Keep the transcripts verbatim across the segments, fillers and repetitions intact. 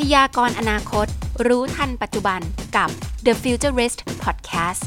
พยากรณ์อนาคตรู้ทันปัจจุบันกับ The Futurist Podcast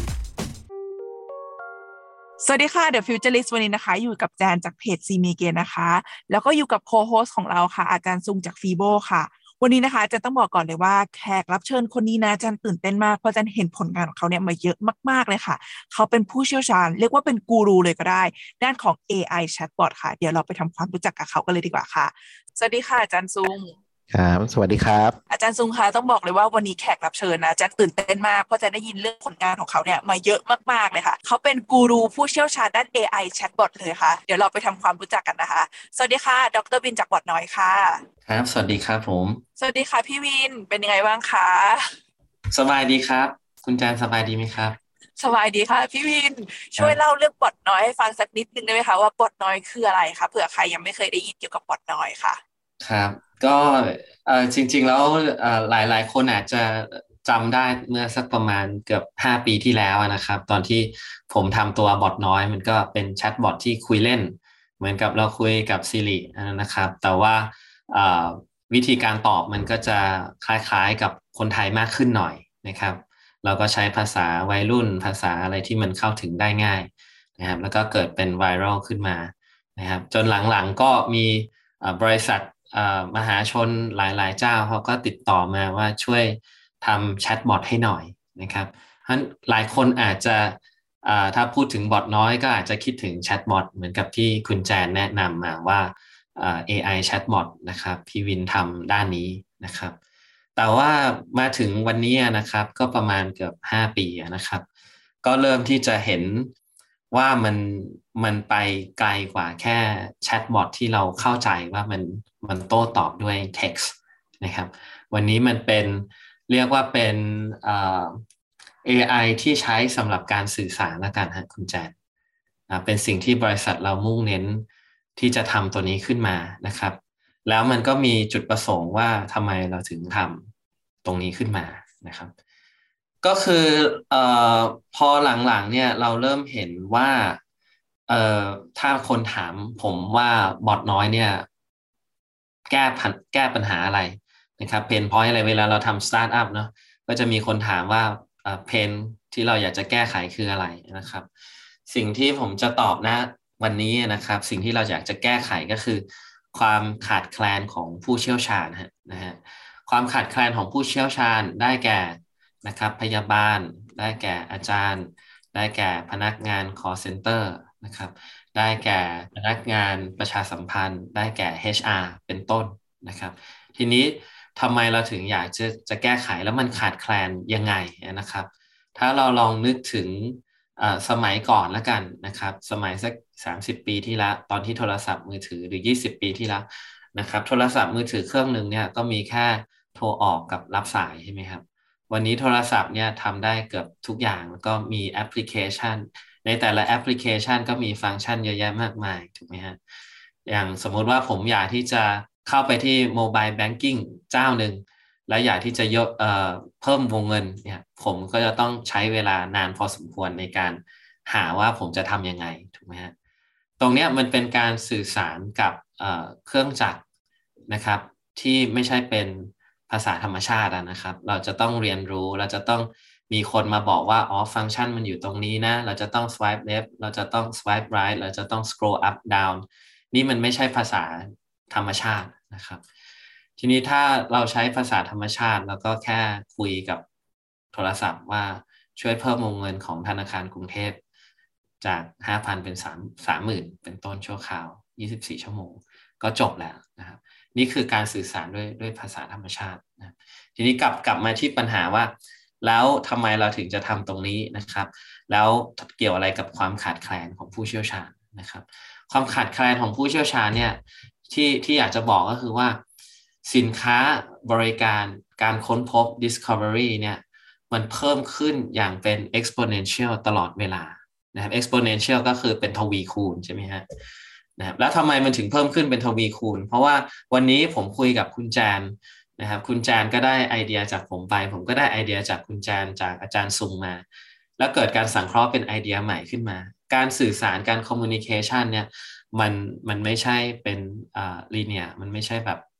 สวัสดีค่ะ The Futurist วันนี้นะคะอยู่กับแจนจากเพจ ซี เอ็ม เก นะคะแล้วก็อยู่กับโคโฮสของเราค่ะอาจารย์ซุงจากฟีโบค่ะวันนี้นะคะแจนต้องบอกก่อนเลยว่าแขกรับเชิญคนนี้นะแจนตื่นเต้นมากเพราะแจนเห็นผลงานของเขาเนี่ยมาเยอะมากๆเลยค่ะเขาเป็นผู้เชี่ยวชาญเรียกว่าเป็นกูรูเลยก็ได้ด้านของ เอ ไอ Chatbot ค่ะเดี๋ยวเราไปทำความรู้จักกับเขากันเลยดีกว่าค่ะสวัสดีค่ะอาจารย์ซุงครับสวัสดีครับอาจารย์ซุงค่ะต้องบอกเลยว่าวันนี้แขกรับเชิญนะแจ็คตื่นเต้นมากเพราะจะได้ยินเรื่องผลงานของเขาเนี่ยมาเยอะมากๆเลยค่ะเขาเป็นกูรูผู้เชี่ยวชาญด้าน เอ ไอ Chatbot เลยค่ะเดี๋ยวเราไปทำความรู้จักกันนะคะสวัสดีค่ะดร.วินจากบอทน้อยค่ะครับสวัสดีครับผมสวัสดีค่ะพี่วินเป็นยังไงบ้างคะสบายดีครับคุณแจนสบายดีไหมครับสบายดีค่ะพี่วินช่วยเล่าเรื่องบอทน้อยให้ฟังสักนิดนึงได้ไหมคะว่าบอทน้อยคืออะไรคะเผื่อใครยังไม่เคยได้ยินเกี่ยวกับบอทน้อยค่ะครับก็เอ่อจริงๆแล้วเอ่อหลายๆคนอาจจะจำได้เมื่อสักประมาณเกือบห้าปีที่แล้วนะครับตอนที่ผมทำตัวบอทน้อยมันก็เป็นแชทบอทที่คุยเล่นเหมือนกับเราคุยกับ Siri นะครับแต่ว่าเอ่อวิธีการตอบมันก็จะคล้ายๆกับคนไทยมากขึ้นหน่อยนะครับเราก็ใช้ภาษาวัยรุ่นภาษาอะไรที่มันเข้าถึงได้ง่ายนะครับแล้วก็เกิดเป็นไวรัลขึ้นมานะครับจนหลังๆก็มีบริษัทมหาชนหลายๆเจ้าเขาก็ติดต่อมาว่าช่วยทำแชทบอทให้หน่อยนะครับเพราะหลายคนอาจจะถ้าพูดถึงบอทน้อยก็อาจจะคิดถึงแชทบอทเหมือนกับที่คุณแจนแนะนำมาว่า เอ ไอ Chatbot นะครับพี่วินทำด้านนี้นะครับแต่ว่ามาถึงวันนี้นะครับก็ประมาณเกือบห้าปีนะครับก็เริ่มที่จะเห็นว่ามันมันไปไกลกว่าแค่แชทบอทที่เราเข้าใจว่ามันมันโต้ตอบด้วย text นะครับวันนี้มันเป็นเรียกว่าเป็นเอ่อ เอ ไอ ที่ใช้สำหรับการสื่อสารละกันฮะคุณแจนเป็นสิ่งที่บริษัทเรามุ่งเน้นที่จะทำตัวนี้ขึ้นมานะครับแล้วมันก็มีจุดประสงค์ว่าทำไมเราถึงทำตรงนี้ขึ้นมานะครับก็คือเอ่อพอหลังๆเนี่ยเราเริ่มเห็นว่าเอ่อถ้าคนถามผมว่าบอทน้อยเนี่ยแก้ปัญแก้ปัญหาอะไรนะครับเพนพอยต์อะไรเวลาเราทำสตาร์ทอัพเนาะก็จะมีคนถามว่าเพนที่เราอยากจะแก้ไขคืออะไรนะครับสิ่งที่ผมจะตอบนะวันนี้นะครับสิ่งที่เราอยากจะแก้ไขก็คือความขาดแคลนของผู้เชี่ยวชาญนะฮะความขาดแคลนของผู้เชี่ยวชาญได้แก่นะครับพยาบาลได้แก่อาจารย์ได้แก่พนักงาน call center นะครับได้แก่พนักงานประชาสัมพันธ์ได้แก่ เอช อาร์ เป็นต้นนะครับทีนี้ทำไมเราถึงอยากจะจะแก้ไขแล้วมันขาดแคลนยังไงนะครับถ้าเราลองนึกถึงสมัยก่อนแล้วกันนะครับสมัยสักสามสิบปีที่แล้วตอนที่โทรศัพท์มือถือหรือยี่สิบปีที่แล้วนะครับโทรศัพท์มือถือเครื่องหนึ่งเนี่ยก็มีแค่โทรออกกับรับสายใช่ไหมครับวันนี้โทรศัพท์เนี่ยทำได้เกือบทุกอย่างแล้วก็มีแอปพลิเคชันในแต่ละแอปพลิเคชันก็มีฟังก์ชันเยอะแยะมากมายถูกไหมฮะอย่างสมมุติว่าผมอยากที่จะเข้าไปที่โมบายแบงกิ้งเจ้าหนึ่งแล้วอยากที่จะยกเอ่อเพิ่มวงเงินเนี่ยผมก็จะต้องใช้เวลานานพอสมควรในการหาว่าผมจะทำยังไงถูกไหมฮะตรงนี้มันเป็นการสื่อสารกับเอ่อเครื่องจักรนะครับที่ไม่ใช่เป็นภาษาธรรมชาตินะครับเราจะต้องเรียนรู้เราจะต้องมีคนมาบอกว่าอ๋อฟังก์ชันมันอยู่ตรงนี้นะเราจะต้อง swipe left เราจะต้อง swipe right เราจะต้อง scroll up down นี่มันไม่ใช่ภาษาธรรมชาตินะครับทีนี้ถ้าเราใช้ภาษาธรรมชาติแล้วก็แค่คุยกับโทรศัพท์ว่าช่วยเพิ่มวงเงินของธนาคารกรุงเทพจาก ห้าพัน เป็นสามหมื่น เป็นต้นชั่วคราวยี่สิบสี่ชั่วโมงก็จบแล้วนะครับนี่คือการสื่อสารด้วยด้วยภาษาธรรมชาตินะทีนี้กลับกลับมาที่ปัญหาว่าแล้วทำไมเราถึงจะทำตรงนี้นะครับแล้วเกี่ยวอะไรกับความขาดแคลนของผู้เชี่ยวชาญนะครับความขาดแคลนของผู้เชี่ยวชาญเนี่ยที่ที่อยากจะบอกก็คือว่าสินค้าบริการการค้นพบ discovery เนี่ยมันเพิ่มขึ้นอย่างเป็น exponential ตลอดเวลานะครับ exponential ก็คือเป็นทวีคูณใช่ไหมฮะนะครับแล้วทำไมมันถึงเพิ่มขึ้นเป็นทวีคูณเพราะว่าวันนี้ผมคุยกับคุณแจนนะครับคุณแจนก็ได้ไอเดียจากผมไปผมก็ได้ไอเดียจากคุณแจนจากอาจารย์ซุงมาแล้วเกิดการสังเคราะห์เป็นไอเดียใหม่ขึ้นมาการสื่อสารการคอมมูนิเคชันเนี่ยมันมันไม่ใช่เป็นอ่าลีเนียร์มันไม่ใช่แบบ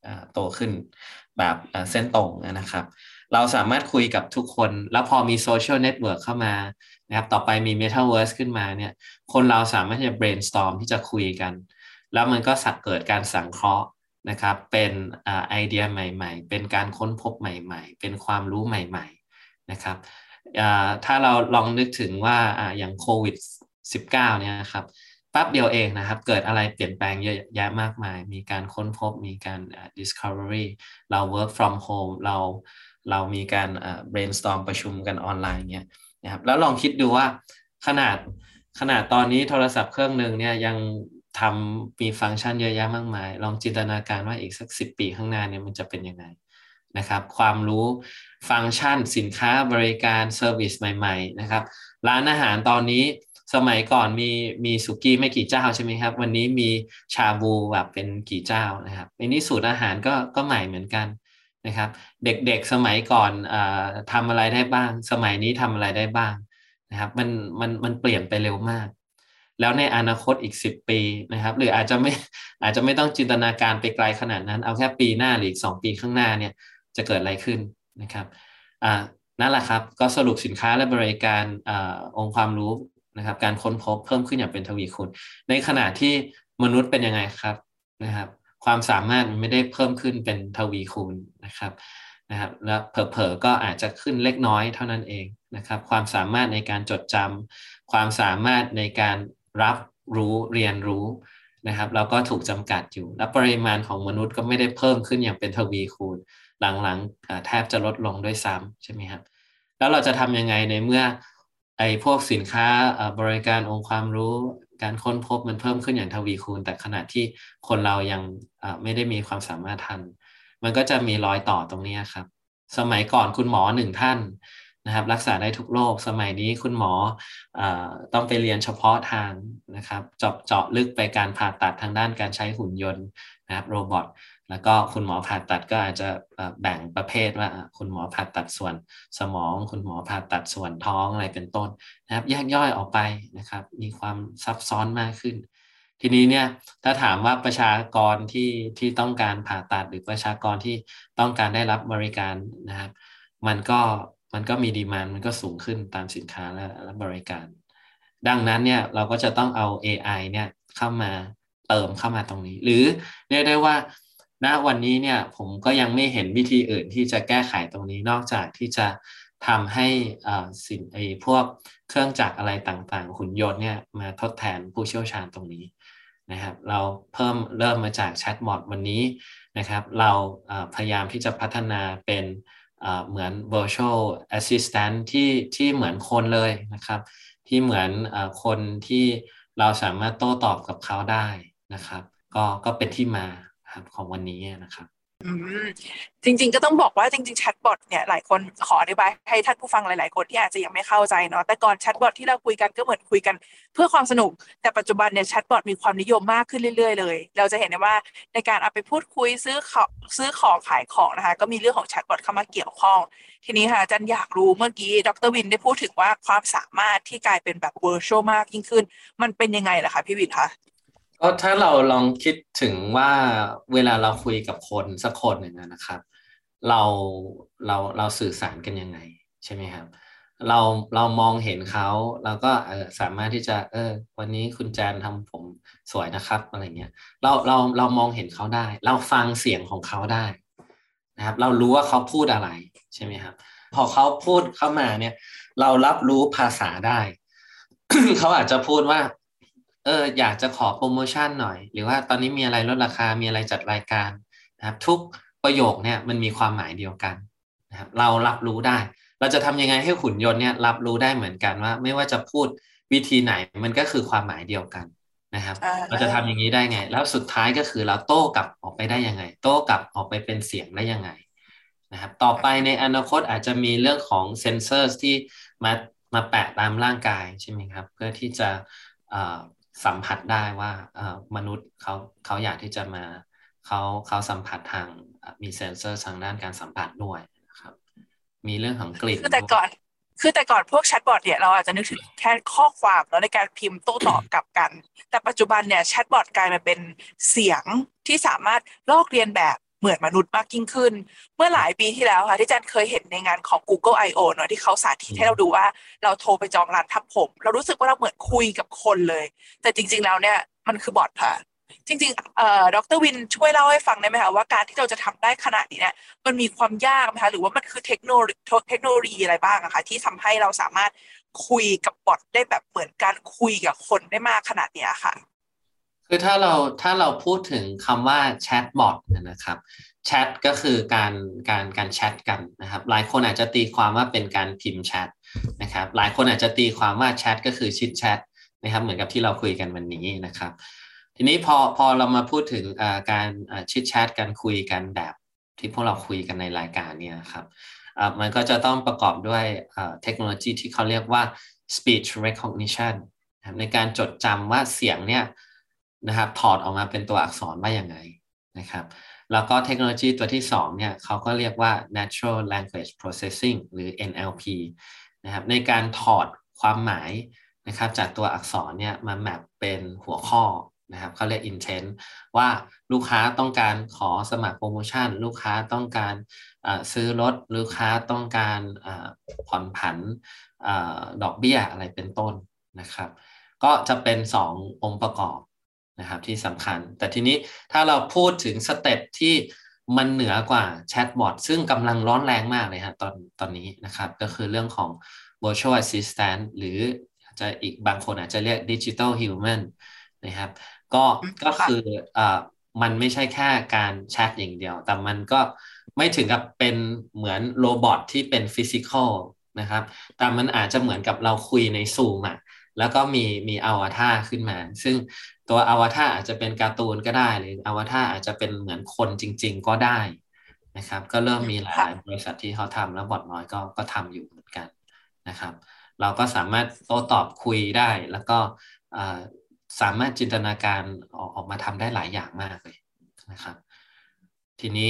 โตขึ้นแบบเส้นตรงนะครับเราสามารถคุยกับทุกคนแล้วพอมีโซเชียลเน็ตเวิร์กเข้ามานะครับต่อไปมี Metaverse ขึ้นมาเนี่ยคนเราสามารถที่จะ brainstorm ที่จะคุยกันแล้วมันก็สักเกิดการสังเคราะห์นะครับเป็นไอเดียใหม่ๆเป็นการค้นพบใหม่ๆเป็นความรู้ใหม่ๆนะครับถ้าเราลองนึกถึงว่าอย่างโควิด สิบเก้า เนี่ยครับแป๊บเดียวเองนะครับเกิดอะไรเปลี่ยนแปลงเยอะแยะมากมายมีการค้นพบมีการ discovery เรา work from home เราเรามีการ brainstorm ประชุมกันออนไลน์เนี่ยนะครับแล้วลองคิดดูว่าขนาดขนาดตอนนี้โทรศัพท์เครื่องหนึ่งเนี่ยยังทำมีฟังก์ชันเยอะแยะมากมายลองจินตนาการว่าอีกสักสิบปีข้างหน้าเนี่ยมันจะเป็นยังไงนะครับความรู้ฟังก์ชันสินค้าบริการเซอร์วิสใหม่ๆนะครับร้านอาหารตอนนี้สมัยก่อนมีมีสุกี้ไม่กี่เจ้าใช่ไหมครับวันนี้มีชาบูแบบเป็นกี่เจ้านะครับในนี้สูตรอาหารก็ก็ใหม่เหมือนกันนะครับเด็กๆสมัยก่อนอ่าทำอะไรได้บ้างสมัยนี้ทำอะไรได้บ้างนะครับมันมันมันเปลี่ยนไปเร็วมากแล้วในอนาคตอีกสิบปีนะครับหรืออาจจะไม่อาจจะไม่ต้องจินตนาการไปไกลขนาดนั้นเอาแค่ปีหน้าหรืออีกสองปีข้างหน้าเนี่ยจะเกิดอะไรขึ้นนะครับอ่านั่นแหละครับก็สรุปสินค้าและบริการอ่าองค์ความรู้นะครับการค้นพบเพิ่มขึ้นอย่างเป็นทวีคูณในขณะที่มนุษย์เป็นยังไงครับนะครับความสามารถมันไม่ได้เพิ่มขึ้นเป็นทวีคูณนะครับนะครับและเผลอๆก็อาจจะขึ้นเล็กน้อยเท่านั้นเองนะครับความสามารถในการจดจำความสามารถในการรับรู้เรียนรู้นะครับเราก็ถูกจำกัดอยู่และปริมาณของมนุษย์ก็ไม่ได้เพิ่มขึ้นอย่างเป็นทวีคูณหลังๆแทบจะลดลงด้วยซ้ำใช่ไหมครับแล้วเราจะทำยังไงในเมื่อไอ้พวกสินค้าบริการองค์ความรู้การค้นพบมันเพิ่มขึ้นอย่างทวีคูณแต่ขณะที่คนเรายังไม่ได้มีความสามารถทันมันก็จะมีรอยต่อตรงนี้ครับสมัยก่อนคุณหมอหนึ่งท่านนะครับรักษาได้ทุกโรคสมัยนี้คุณหมออต้องไปเรียนเฉพาะทางนะครับเจาะเจาะลึกไปการผ่าตัดทางด้านการใช้หุ่นยนต์นะครับโรบอทแล้วก็คุณหมอผ่าตัดก็อาจจะแบ่งประเภทว่าคุณหมอผ่าตัดส่วนสมองคุณหมอผ่าตัดส่วนท้องอะไรเป็นต้นนะครับแยกย่อยออกไปนะครับมีความซับซ้อนมากขึ้นทีนี้เนี่ยถ้าถามว่าประชากรที่ที่ต้องการผ่าตัดหรือประชากรที่ต้องการได้รับบริการนะครับมันก็มันก็มีดีมานด์มันก็สูงขึ้นตามสินค้าและและบริการดังนั้นเนี่ยเราก็จะต้องเอา เอ ไอ เนี่ยเข้ามาเติมเข้ามาตรงนี้หรือเรียกได้ว่าณวันนี้เนี่ยผมก็ยังไม่เห็นวิธีอื่นที่จะแก้ไขตรงนี้นอกจากที่จะทำให้สินไอ้พวกเครื่องจักรอะไรต่างๆหุ่นยนต์เนี่ยมาทดแทนผู้เชี่ยวชาญตรงนี้นะครับเราเพิ่มเริ่มมาจากแชทบอทวันนี้นะครับเราพยายามที่จะพัฒนาเป็นเหมือน virtual assistant ที่ที่เหมือนคนเลยนะครับที่เหมือนคนที่เราสามารถโต้ตอบกับเขาได้นะครับก็ก็เป็นที่มาครับของวันนี้นะครับอืมจริงๆก็ต้องบอกว่าจริงๆแชทบอทเนี่ยหลายคนขออธิบายให้ท่านผู้ฟังหลายๆคนที่อาจจะยังไม่เข้าใจเนาะแต่ก่อนแชทบอทที่เราคุยกันก็เหมือนคุยกันเพื่อความสนุกแต่ปัจจุบันเนี่ยแชทบอทมีความนิยมมากขึ้นเรื่อยๆเลยเราจะเห็นได้ว่าในการเอาไปพูดคุยซื้อของซื้อของขายของนะคะก็มีเรื่องของแชทบอทเข้ามาเกี่ยวข้องทีนี้ค่ะอาจารย์อยากรู้เมื่อกี้ดร.วินได้พูดถึงว่าความสามารถที่กลายเป็นแบบ virtual มากยิ่งขึ้นมันเป็นยังไงล่ะคะพี่วินคะก็ถ้าเราลองคิดถึงว่าเวลาเราคุยกับคนสักคนหนึ่งนะครับเราเราเราสื่อสารกันยังไงใช่ไหมครับเราเรามองเห็นเขาเราก็เออสามารถที่จะเออวันนี้คุณแจนทำผมสวยนะครับอะไรเงี้ยเราเราเรามองเห็นเขาได้เราฟังเสียงของเขาได้นะครับเรารู้ว่าเขาพูดอะไรใช่ไหมครับพอเขาพูดเข้ามาเนี่ยเรารับรู้ภาษาได้ เขาอาจจะพูดว่าเอออยากจะขอโปรโมชั่นหน่อยหรือว่าตอนนี้มีอะไรลดราคามีอะไรจัดรายการนะครับทุกประโยคเนี่ยมันมีความหมายเดียวกันนะครับเรารับรู้ได้เราจะทำยังไงให้หุ่นยนต์เนี่ยรับรู้ได้เหมือนกันว่าไม่ว่าจะพูดวิธีไหนมันก็คือความหมายเดียวกันนะครับเราจะทำอย่างนี้ได้ไงแล้วสุดท้ายก็คือเราโต้กลับออกไปได้ยังไงโต้กลับออกไปเป็นเสียงได้ยังไงนะครับต่อไปในอนาคตอาจจะมีเรื่องของเซนเซอร์ที่มามาแปะตามร่างกายใช่ไหมครับเพื่อที่จะสัมผัสได้ว่ามนุษย์เขาเขาอยากที่จะมาเขาเขาสัมผัสทางมีเซนเซอร์ทางด้านการสัมผัสด้วยนะครับมีเรื่องของกลิ่นคือแต่ก่อนคือแต่ก่อนพวกแชทบอทเนี่ยเราอาจจะนึกถึงแค่ข้อความแล้วในการพิมพ์โต้ตอบกลับกันแต่ปัจจุบันเนี่ยแชทบอทกลายมาเป็นเสียงที่สามารถลอกเลียนแบบเหมือนมนุษย์มากยิ่งขึ้นเมื่อหลายปีที่แล้วค่ะที่จันเคยเห็นในงานของ Google ไอ โอ เนอะที่เขาสาธิตให้เราดูว่าเราโทรไปจองร้านทำผมเรารู้สึกว่าเราเหมือนคุยกับคนเลยแต่จริงๆแล้วเนี่ยมันคือบอทค่ะจริงๆเอ่อดรวินช่วยเล่าให้ฟังได้ไหมคะว่าการที่เราจะทำได้ขนาดนี้เนี่ยมันมีความยากไหมคะหรือว่ามันคือเทคโนโลยีเทคโนโลยีอะไรบ้างอะคะที่ทำให้เราสามารถคุยกับบอทได้แบบเหมือนการคุยกับคนได้มากขนาดเนี้ยค่ะคือถ้าเราถ้าเราพูดถึงคำว่าแชทบอทนะครับแชทก็คือการการการแชทกันนะครับหลายคนอาจจะตีความว่าเป็นการพิมพ์แชทนะครับหลายคนอาจจะตีความว่าแชทก็คือชิดแชทนะครับเหมือนกับที่เราคุยกันวันนี้นะครับทีนี้พอพอเรามาพูดถึงการชิดแชทการคุยกันแบบที่พวกเราคุยกันในรายการเนี่ยครับมันก็จะต้องประกอบด้วยเทคโนโลยีที่เขาเรียกว่า speech recognition ในการจดจำว่าเสียงเนี่ยนะครับถอดออกมาเป็นตัวอักษรว่ายังไงนะครับแล้วก็เทคโนโลยีตัวที่สองเนี่ยเขาก็เรียกว่า natural language processing หรือ เอ็น แอล พี นะครับในการถอดความหมายนะครับจากตัวอักษรเนี่ยมาแมปเป็นหัวข้อนะครับเขาเรียก intent ว่าลูกค้าต้องการขอสมัครโปรโมชั่นลูกค้าต้องการซื้อรถลูกค้าต้องการผ่อนผันดอกเบี้ยอะไรเป็นต้นนะครับก็จะเป็นสององค์ประกอบนะครับที่สำคัญแต่ทีนี้ถ้าเราพูดถึงสเต็ปที่มันเหนือกว่าแชทบอทซึ่งกำลังร้อนแรงมากเลยฮะตอนตอนนี้นะครับก็คือเรื่องของ virtual assistant หรือจะอีกบางคนอาจจะเรียก digital human นะครับก็ก็คืออ่ามันไม่ใช่แค่การแชทอย่างเดียวแต่มันก็ไม่ถึงกับเป็นเหมือนโรบอทที่เป็นฟิสิกอลนะครับแต่มันอาจจะเหมือนกับเราคุยในซูมอ่ะแล้วก็มีมีอวตารขึ้นมาซึ่งตัวอวตารอาจจะเป็นการ์ตูนก็ได้หรืออวตารอาจจะเป็นเหมือนคนจริงๆก็ได้นะครับก็เริ่มมีหลายๆบริษัทที่เขาทำแล้วบอทน้อยก็ก็ทำอยู่เหมือนกันนะครับเราก็สามารถโต้ตอบคุยได้แล้วก็สามารถจินตนาการออกออกมาทำได้หลายอย่างมากเลยนะครับทีนี้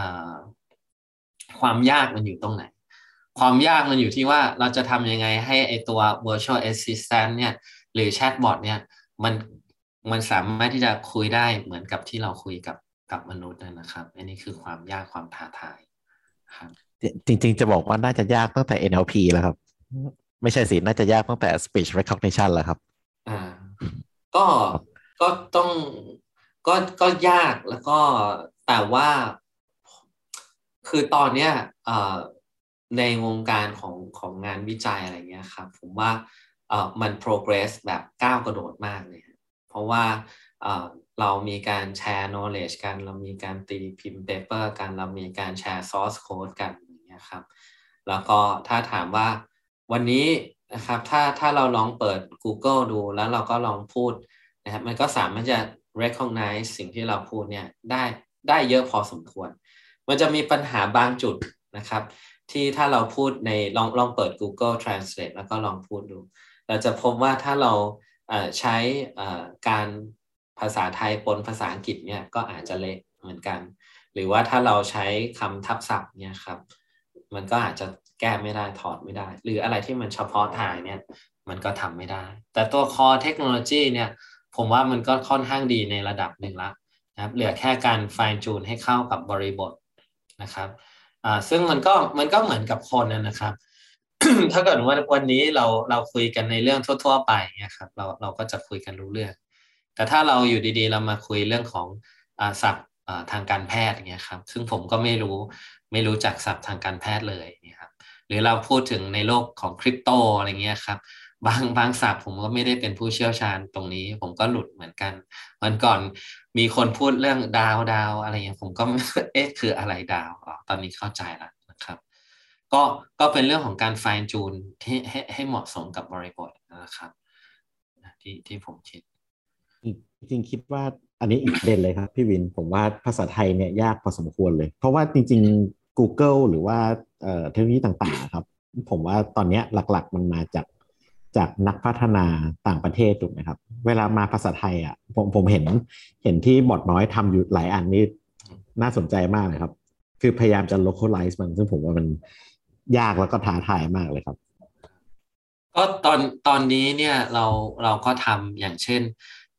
ความยากมันอยู่ตรงไหนความยากมันอยู่ที่ว่าเราจะทำยังไงให้ไอตัว virtual assistant เนี่ยหรือ chatbot เนี่ยมันมันสามารถที่จะคุยได้เหมือนกับที่เราคุยกับกับมนุษย์นะครับอันนี้คือความยากความท้าทายครับจริงๆจะบอกว่าน่าจะยากตั้งแต่ เอ็น แอล พี แล้วครับไม่ใช่สิน่าจะยากตั้งแต่ speech recognition แล้วครับอ่าก็ก็ต้องก็ก็ยากแล้วก็แต่ว่าคือตอนเนี้ยในวงการของของงานวิจัยอะไรเงี้ยครับผมว่าเอ่อมัน progress แบบก้าวกระโดดมากเลยเพราะว่าเอ่อเรามีการแชร์ knowledge กันเรามีการตีพิมพ์ paper กันเรามีการแชร์ source code กันอย่างเงี้ยครับแล้วก็ถ้าถามว่าวันนี้นะครับถ้าถ้าเราลองเปิด Google ดูแล้วเราก็ลองพูดนะครับมันก็สามารถจะ recognize สิ่งที่เราพูดเนี่ยได้ได้เยอะพอสมควรมันจะมีปัญหาบางจุดนะครับที่ถ้าเราพูดในลองลองเปิด Google Translate แล้วก็ลองพูดดูเราจะพบว่าถ้าเราใช้การภาษาไทยปนภาษาอังกฤษเนี่ยก็อาจจะเละเหมือนกันหรือว่าถ้าเราใช้คำทับศัพท์เนี่ยครับมันก็อาจจะแก้ไม่ได้ถอดไม่ได้หรืออะไรที่มันเฉพาะทางเนี่ยมันก็ทำไม่ได้แต่ตัว core technology เนี่ยผมว่ามันก็ค่อนข้างดีในระดับหนึ่งละนะครับเหลือแค่การ fine tune ให้เข้ากับบริบทนะครับอ่าซึ่งมันก็มันก็เหมือนกับคนนะครับ ถ้าเกิดว่าวันนี้เราเราคุยกันในเรื่องทั่วๆไปเนี่ยครับเราเราก็จะคุยกันรู้เรื่องแต่ถ้าเราอยู่ดีๆเรามาคุยเรื่องของอ่าศัพท์อ่าทางการแพทย์อย่างเงี้ยครับซึ่งผมก็ไม่รู้ไม่รู้จักศัพท์ทางการแพทย์เลยนะครับหรือเราพูดถึงในโลกของคริปโตอะไรเงี้ยครับบางบางศัพท์ผมก็ไม่ได้เป็นผู้เชี่ยวชาญตรงนี้ผมก็หลุดเหมือนกันวันก่อนมีคนพูดเรื่องดาวดาวอะไรเงี้ยผมก็เอ๊ะคืออะไรดาวอ๋อตอนนี้เข้าใจแล้วนะครับก็ก็เป็นเรื่องของการ fine tune ที่ให้ให้เหมาะสมกับบริบทนะครับที่ที่ผมคิดจริงๆคิดว่าอันนี้อีกประเด็นเลยครับพี่วินผมว่าภาษาไทยเนี่ยยากพอสมควรเลยเพราะว่าจริงๆ Google หรือว่าเอ่อเทคโนโลยีต่างๆครับผมว่าตอนนี้หลักๆมันมาจากจากนักพัฒนาต่างประเทศถูกไหมครับเวลามาภาษาไทยอ่ะผมผมเห็นเห็นที่บอทน้อยทำอยู่หลายอันนี่น่าสนใจมากเลยครับคือพยายามจะ localize มันซึ่งผมว่ามันยากแล้วก็ท้าทายมากเลยครับก็ตอนตอนนี้เนี่ยเราเราก็ทำอย่างเช่น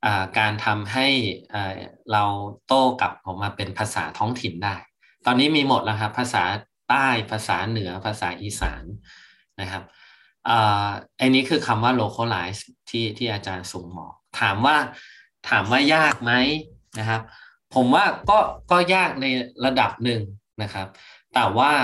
การทำให้เราโต้กลับออกมาเป็นภาษาท้องถิ่นได้ตอนนี้มีหมดแล้วครับภาษาใต้ภาษาเหนือภาษาอีสานนะครับอันนี้คือคำว่า localize ที่ที่อาจารย์สุงบอกถามว่าถามว่ายากไหมนะครับผมว่าก็ก็ยากในระดับหนึ่งนะครับแต่ว่า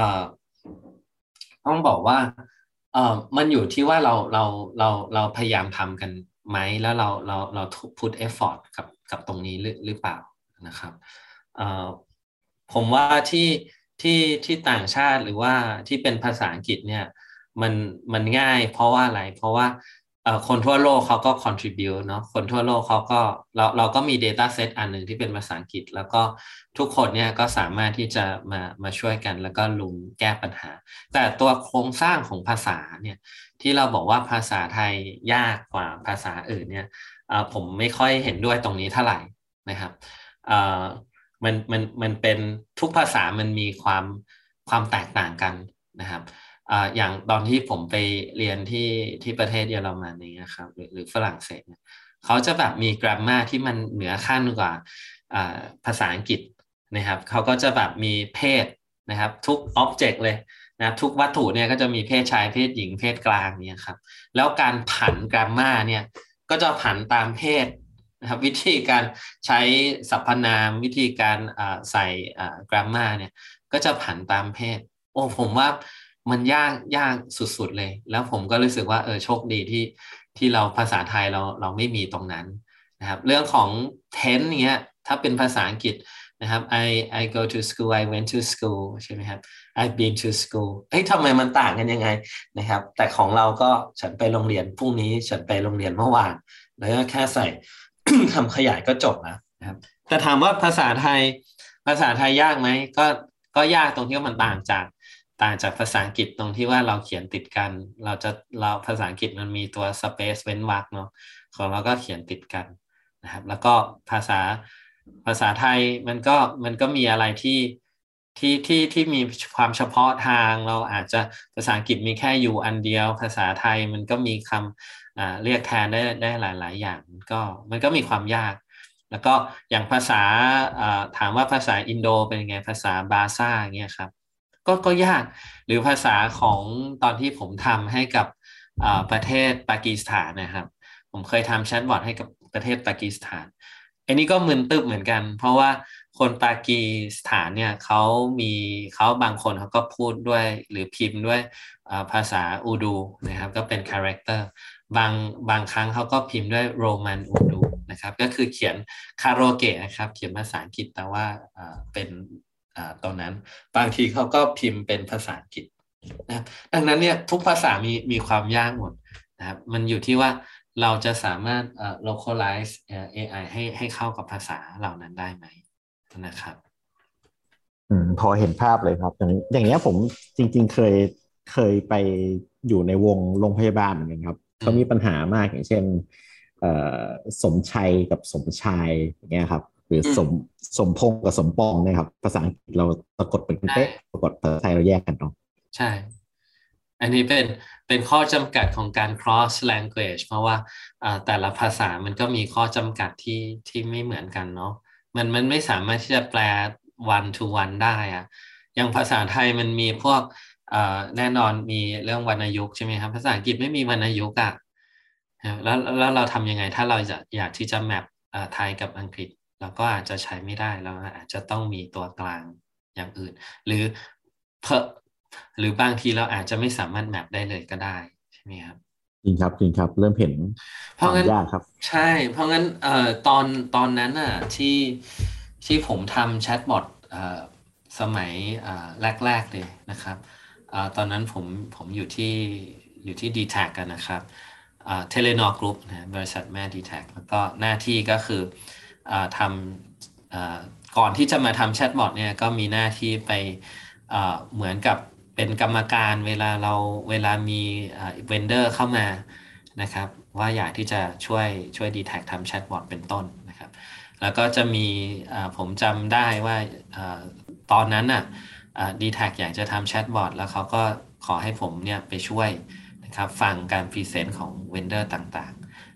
ต้องบอกว่าเอ่อมันอยู่ที่ว่าเราเราเราเราพยายามทำกันไหมแล้วเราเราเรา put effort กับกับตรงนี้หรือหรือเปล่านะครับเอ่อผมว่าที่ที่ที่ต่างชาติหรือว่าที่เป็นภาษาอังกฤษเนี่ยมันมันง่ายเพราะว่าอะไรเพราะว่าคนทั่วโลกเขาก็ contribute เนาะคนทั่วโลกเขาก็เราเราก็มี data set อันหนึ่งที่เป็นภาษาอังกฤษแล้วก็ทุกคนเนี่ยก็สามารถที่จะมามาช่วยกันแล้วก็ลุมแก้ปัญหาแต่ตัวโครงสร้างของภาษาเนี่ยที่เราบอกว่าภาษาไทยยากกว่าภาษาอื่นเนี่ยผมไม่ค่อยเห็นด้วยตรงนี้เท่าไหร่นะครับมันมันมันเป็นทุกภาษามันมีความความแตกต่างกันนะครับอ่าอย่างตอนที่ผมไปเรียนที่ที่ประเทศเยอรมันนี่นะครับหรือหรือฝรั่งเศสเนี่ยเขาจะแบบมี grammar ที่มันเหนือขั้นกว่าอ่าภาษาอังกฤษนะครับเขาก็จะแบบมีเพศนะครับทุก object เลยนะทุกวัตถุเนี่ยก็จะมีเพศชายเพศหญิงเพศกลางเนี่ยครับแล้วการผัน grammar เนี่ยก็จะผันตามเพศนะครับวิธีการใช้สรรพนามวิธีการใส่ grammar เนี่ยก็จะผันตามเพศโอ้ผมว่ามันยากยากสุดๆเลยแล้วผมก็รู้สึกว่าเออโชคดีที่ที่เราภาษาไทยเราเราไม่มีตรงนั้นนะครับเรื่องของ tense เนี้ยถ้าเป็นภาษาอังกฤษนะครับ I I go to school I went to school ใช่ไหมครับ I've been to school เฮ้ยทำไมมันต่างกันยังไงนะครับแต่ของเราก็ฉันไปโรงเรียนพรุ่งนี้ฉันไปโรงเรียนเมื่อวานแล้วก็แค่ใส่ คำขยายก็จบแล้วนะครับแต่ถามว่าภาษาไทยภาษาไทยยากไหมก็ก็ยากตรงที่ว่ามันต่างจากต่างจากภาษาอังกฤษตรงที่ว่าเราเขียนติดกันเราจะเราภาษาอังกฤษมันมีตัว space เว้นวรรคเนาะของเราก็เขียนติดกันนะครับแล้วก็ภาษาภาษาไทยมันก็มันก็มีอะไรที่ที่ที่ที่มีความเฉพาะทางเราอาจจะภาษาอังกฤษมีแค่อยู่อันเดียวภาษาไทยมันก็มีคำอ่าเรียกแทนได้ได้หลายๆอย่างมันก็มันก็มีความยากแล้วก็อย่างภาษาอ่าถามว่าภาษาอินโดเป็นไงภาษาบาซ่าเงี้ยครับก็ก็ยากหรือภาษาของตอนที่ผมทำให้กับประเทศปากีสถานนะครับผมเคยทำแชทบอทให้กับประเทศปากีสถานอันนี้ก็มึนตึบเหมือนกันเพราะว่าคนปากีสถานเนี่ยเขามีเขาบางคนเขาก็พูดด้วยหรือพิมพ์ด้วยภาษาอูดูนะครับก็เป็นคาแรคเตอร์บางบางครั้งเขาก็พิมพ์ด้วยโรมันอูดูนะครับก็คือเขียนคาโรเกะนะครับเขียนภาษาอังกฤษแต่ว่าเป็นตอนนั้นบางทีเขาก็พิมพ์เป็นภาษาอังกฤษนะดังนั้นเนี่ยทุกภาษามีมีความยากหมดนะครับมันอยู่ที่ว่าเราจะสามารถ uh, localize เอ ไอ ให้ให้เข้ากับภาษาเหล่านั้นได้ไหมนะครับอืมพอเห็นภาพเลยครับอย่างอย่างเงี้ยผมจริงๆเคยเคยไปอยู่ในวงโรงพยาบาลเหมือนกันครับเขามีปัญหามากอย่างเช่นเอ่อสมชัยกับสมชายอย่างเงี้ยครับหรือสมสมพงษ์กับสมปองเนี่ยครับภาษาอังกฤษเราสะกดเป็นเป๊ะสะกดภาษาไทยเราแยกกันเนาะใช่อันนี้เป็นเป็นข้อจำกัดของการ cross language เพราะว่าแต่ละภาษามันก็มีข้อจำกัดที่ที่ไม่เหมือนกันเนาะมันมันไม่สามารถที่จะแปล one to one ได้อะอย่างภาษาไทยมันมีพวกแน่นอนมีเรื่องวรรณยุกต์ใช่ไหมครับภาษาอังกฤษไม่มีวรรณยุกต์อ่ะแล้วแล้วเราทำยังไงถ้าเราจะอยากที่จะแมปไทยกับอังกฤษเราก็อาจจะใช้ไม่ได้เราอาจจะต้องมีตัวกลางอย่างอื่นหรือเพอหรือบางทีเราอาจจะไม่สามารถแมปได้เลยก็ได้ใช่ไหมครับจริงครับจริงครับเริ่มเห็นความยากครับใช่เพราะงั้นเอ่อตอนตอนนั้นอ่ะที่ที่ผมทำแชทบอทเอ่อสมัยอ่าแรกๆเลยนะครับอ่าตอนนั้นผมผมอยู่ที่อยู่ที่ ดี แท็ก กันนะครับอ่า Telenor Group นะบริษัทแม่ ดี แท็ก แล้วก็หน้าที่ก็คืออ่าทำอ่าก่อนที่จะมาทำแชทบอทเนี่ยก็มีหน้าที่ไปอ่าเหมือนกับเป็นกรรมการเวลาเราเวลามีเวนเดอร์เข้ามานะครับว่าอยากที่จะช่วยช่วย ดี แท็ก ทำแชทบอทเป็นต้นนะครับแล้วก็จะมีผมจำได้ว่าตอนนั้นน่ะ ดี แท็ก อยากจะทำแชทบอทแล้วเขาก็ขอให้ผมเนี่ยไปช่วยนะครับฟังการพรีเซนต์ของเวนเดอร์ต่างๆ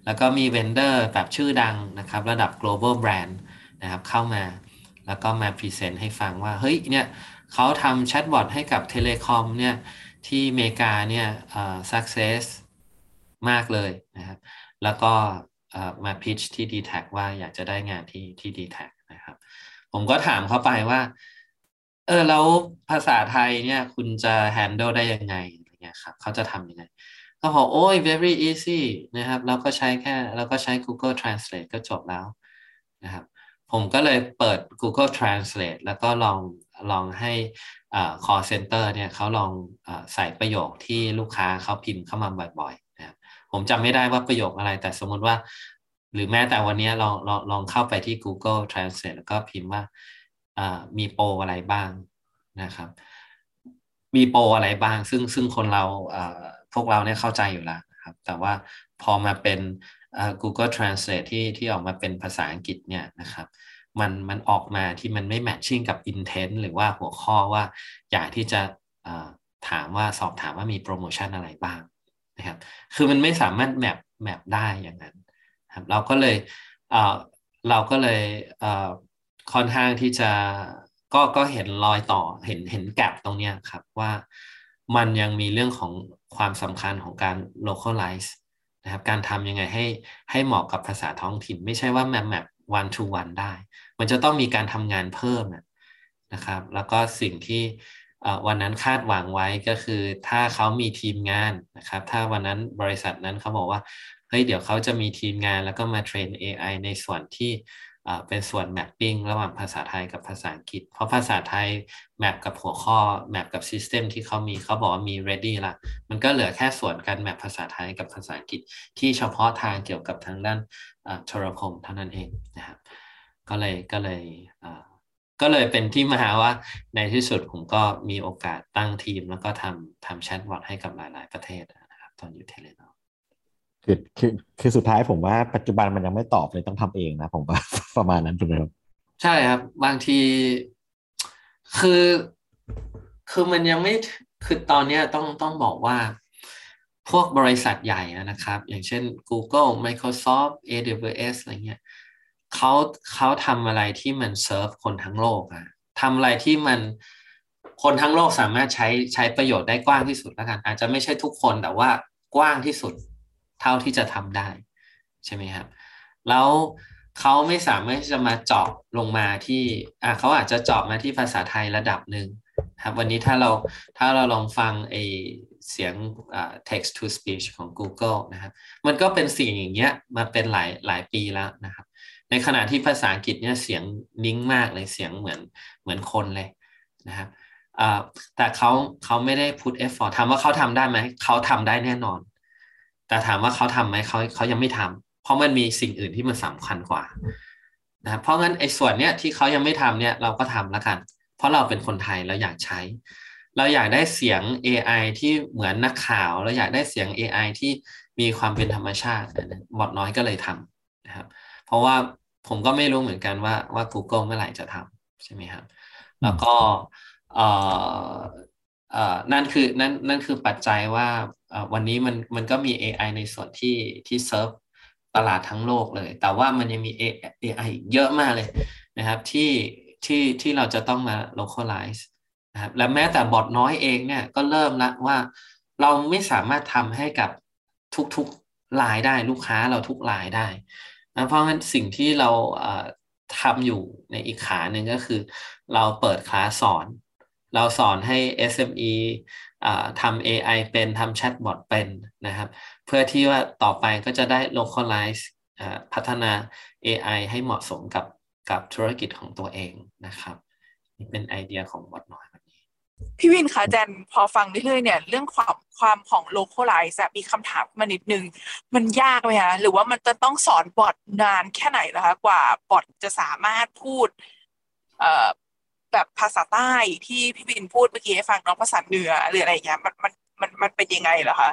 แล้วก็มีเวนเดอร์แบบชื่อดังนะครับระดับ global brand นะครับเข้ามาแล้วก็มาพรีเซนต์ให้ฟังว่าเฮ้ยเนี่ยเขาทำแชทบอทให้กับเทเลคอมเนี่ยที่อเมริกาเนี่ยเอ่อ success มากเลยนะครับแล้วก็เอ่อมา pitch ที่ ดี แท็ก ว่าอยากจะได้งานที่ที่ ดี แท็ก นะครับผมก็ถามเขาไปว่าเออแล้วภาษาไทยเนี่ยคุณจะ handle ได้ยังไงอะไรเงี้ยครับเขาจะทำยังไงก็บอกโอ้ย very easy นะครับเราก็ใช้แค่เราก็ใช้ Google Translate ก็จบแล้วนะครับผมก็เลยเปิด Google Translate แล้วก็ลองลองให้อ่า call center เนี่ยเขาลองอ่าใส่ประโยคที่ลูกค้าเขาพิมพ์เข้ามาบ่อยๆนะครับผมจำไม่ได้ว่าประโยคอะไรแต่สมมติว่าหรือแม้แต่วันนี้ลองลองลองเข้าไปที่ Google Translate แล้วก็พิมพ์ว่าอ่ามีโปรอะไรบ้างนะครับมีโปรอะไรบ้างซึ่งซึ่งคนเราอ่าพวกเราเนี่ยเข้าใจอยู่แล้วนะครับแต่ว่าพอมาเป็นอ่า Google Translate ที่ที่ออกมาเป็นภาษาอังกฤษเนี่ยนะครับมันมันออกมาที่มันไม่แมทชิ่งกับ intent หรือว่าหัวข้อว่าอยากที่จะอ่าถามว่าสอบถามว่ามีโปรโมชั่นอะไรบ้างนะครับคือมันไม่สามารถแมปแมปได้อย่างนั้นครับเราก็เลยเอ่อเราก็เลยเอ่อค่อนข้างที่จะก็ก็เห็นรอยต่อเห็นเห็นแกปตรงเนี้ยครับว่ามันยังมีเรื่องของความสำคัญของการ localize นะครับการทำยังไงให้ให้เหมาะกับภาษาท้องถิ่นไม่ใช่ว่าแมปแมป one to one ได้มันจะต้องมีการทำงานเพิ่มนะครับแล้วก็สิ่งที่วันนั้นคาดหวังไว้ก็คือถ้าเขามีทีมงานนะครับถ้าวันนั้นบริษัทนั้นเขาบอกว่าเฮ้ยเดี๋ยวเขาจะมีทีมงานแล้วก็มาเทรน เอ ไอ ในส่วนที่เป็นส่วนแมปปิ้งระหว่างภาษาไทยกับภาษาอังกฤษเพราะภาษาไทยแมปกับหัวข้อแมปกับซิสเต็มที่เขามีเขาบอกว่ามี ready ละมันก็เหลือแค่ส่วนการแมปภาษาไทยกับภาษาอังกฤษที่เฉพาะทางเกี่ยวกับทางด้านโทรคมเท่านั้นเองนะครับก็เลยก็เลยก็เลยเป็นที่มาว่าในที่สุดผมก็มีโอกาสตั้งทีมแล้วก็ทำทำแชทบอทให้กับหลายๆประเทศนะครับตอนอยู่เทเลนอคือคือคือสุดท้ายผมว่าปัจจุบันมันยังไม่ตอบเลยต้องทำเองนะผมว่า ประมาณนั้นถูกไหมครับใช่ครับบางทีคือคือมันยังไม่คือตอนนี้ต้องต้องบอกว่าพวกบริษัทใหญ่นะครับอย่างเช่น Google Microsoft เอ ดับเบิลยู เอส อะไรเงี้ยเขาเขาทำอะไรที่มันเซิร์ฟคนทั้งโลกอะทำอะไรที่มันคนทั้งโลกสามารถใช้ใช้ประโยชน์ได้กว้างที่สุดแล้วกันอาจจะไม่ใช่ทุกคนแต่ว่ากว้างที่สุดเท่าที่จะทำได้ใช่ไหมครับแล้วเขาไม่สามารถจะมาเจาะลงมาที่อ่ะเขาอาจจะเจาะมาที่ภาษาไทยระดับหนึ่งครับวันนี้ถ้าเราถ้าเราลองฟังไอเสียงอ่า text to speech ของ Google นะครับมันก็เป็นสิ่งอย่างเงี้ยมาเป็นหลายหลายปีแล้วนะครับในขณะที่ภาษาอังกฤษเนี่ยเสียงนิ่งมากเลยเสียงเหมือนเหมือนคนเลยนะครับอ่าแต่เขาเขาไม่ได้ put effort ถามว่าเขาทำได้ไหมเขาทำได้แน่นอนแต่ถามว่าเขาทำไหมเขาเขายังไม่ทำเพราะมันมีสิ่งอื่นที่มันสำคัญกว่านะเพราะงั้นไอ้ส่วนเนี้ยที่เขายังไม่ทำเนี่ยเราก็ทำแล้วกันเพราะเราเป็นคนไทยเราอยากใช้เราอยากได้เสียง เอ ไอ ที่เหมือนนักข่าวเราอยากได้เสียง เอ ไอ ที่มีความเป็นธรรมชาติบอทน้อยก็เลยทำนะครับเพราะว่าผมก็ไม่รู้เหมือนกันว่าว่า Google เมื่อไหร่จะทำใช่ไหมครับแล้วก็เอ่อเอ่อนั่นคือนั่นนั่นคือปัจจัยว่าวันนี้มันมันก็มี เอ ไอ ในส่วนที่ที่เซิร์ฟตลาดทั้งโลกเลยแต่ว่ามันยังมี เอ ไอ เยอะมากเลยนะครับที่ที่ที่เราจะต้องมา localize นะครับและแม้แต่บอทน้อยเองเนี่ยก็เริ่มละว่าเราไม่สามารถทำให้กับทุกๆรายได้ลูกค้าเราทุกรายได้นะเพราะงั้นสิ่งที่เราทำอยู่ในอีกขาหนึ่งก็คือเราเปิดคลาสสอนเราสอนให้ เอส เอ็ม อี ทำ เอ ไอ เป็นทำแชทบอทเป็นนะครับเพื่อที่ว่าต่อไปก็จะได้ localize พัฒนา เอ ไอ ให้เหมาะสมกับกับธุรกิจของตัวเองนะครับนี่เป็นไอเดียของบอทน้อยวันนี้พี่วินคะแจนพอฟังเรื่อยๆเนี่ยเรื่องความความของ localize มีคำถามมานิดนึงมันยากไหมคะหรือว่ามันจะต้องสอนบอทนานแค่ไหนนะคะกว่าบอทจะสามารถพูดเอ่อแบบภาษาใต้ที่พี่วินพูดเมื่อกี้ให้ฟังเนาะภาษาเหนือหรืออะไรอย่างเงี้ยมันมันมันมันเป็นยังไงเหรอคะ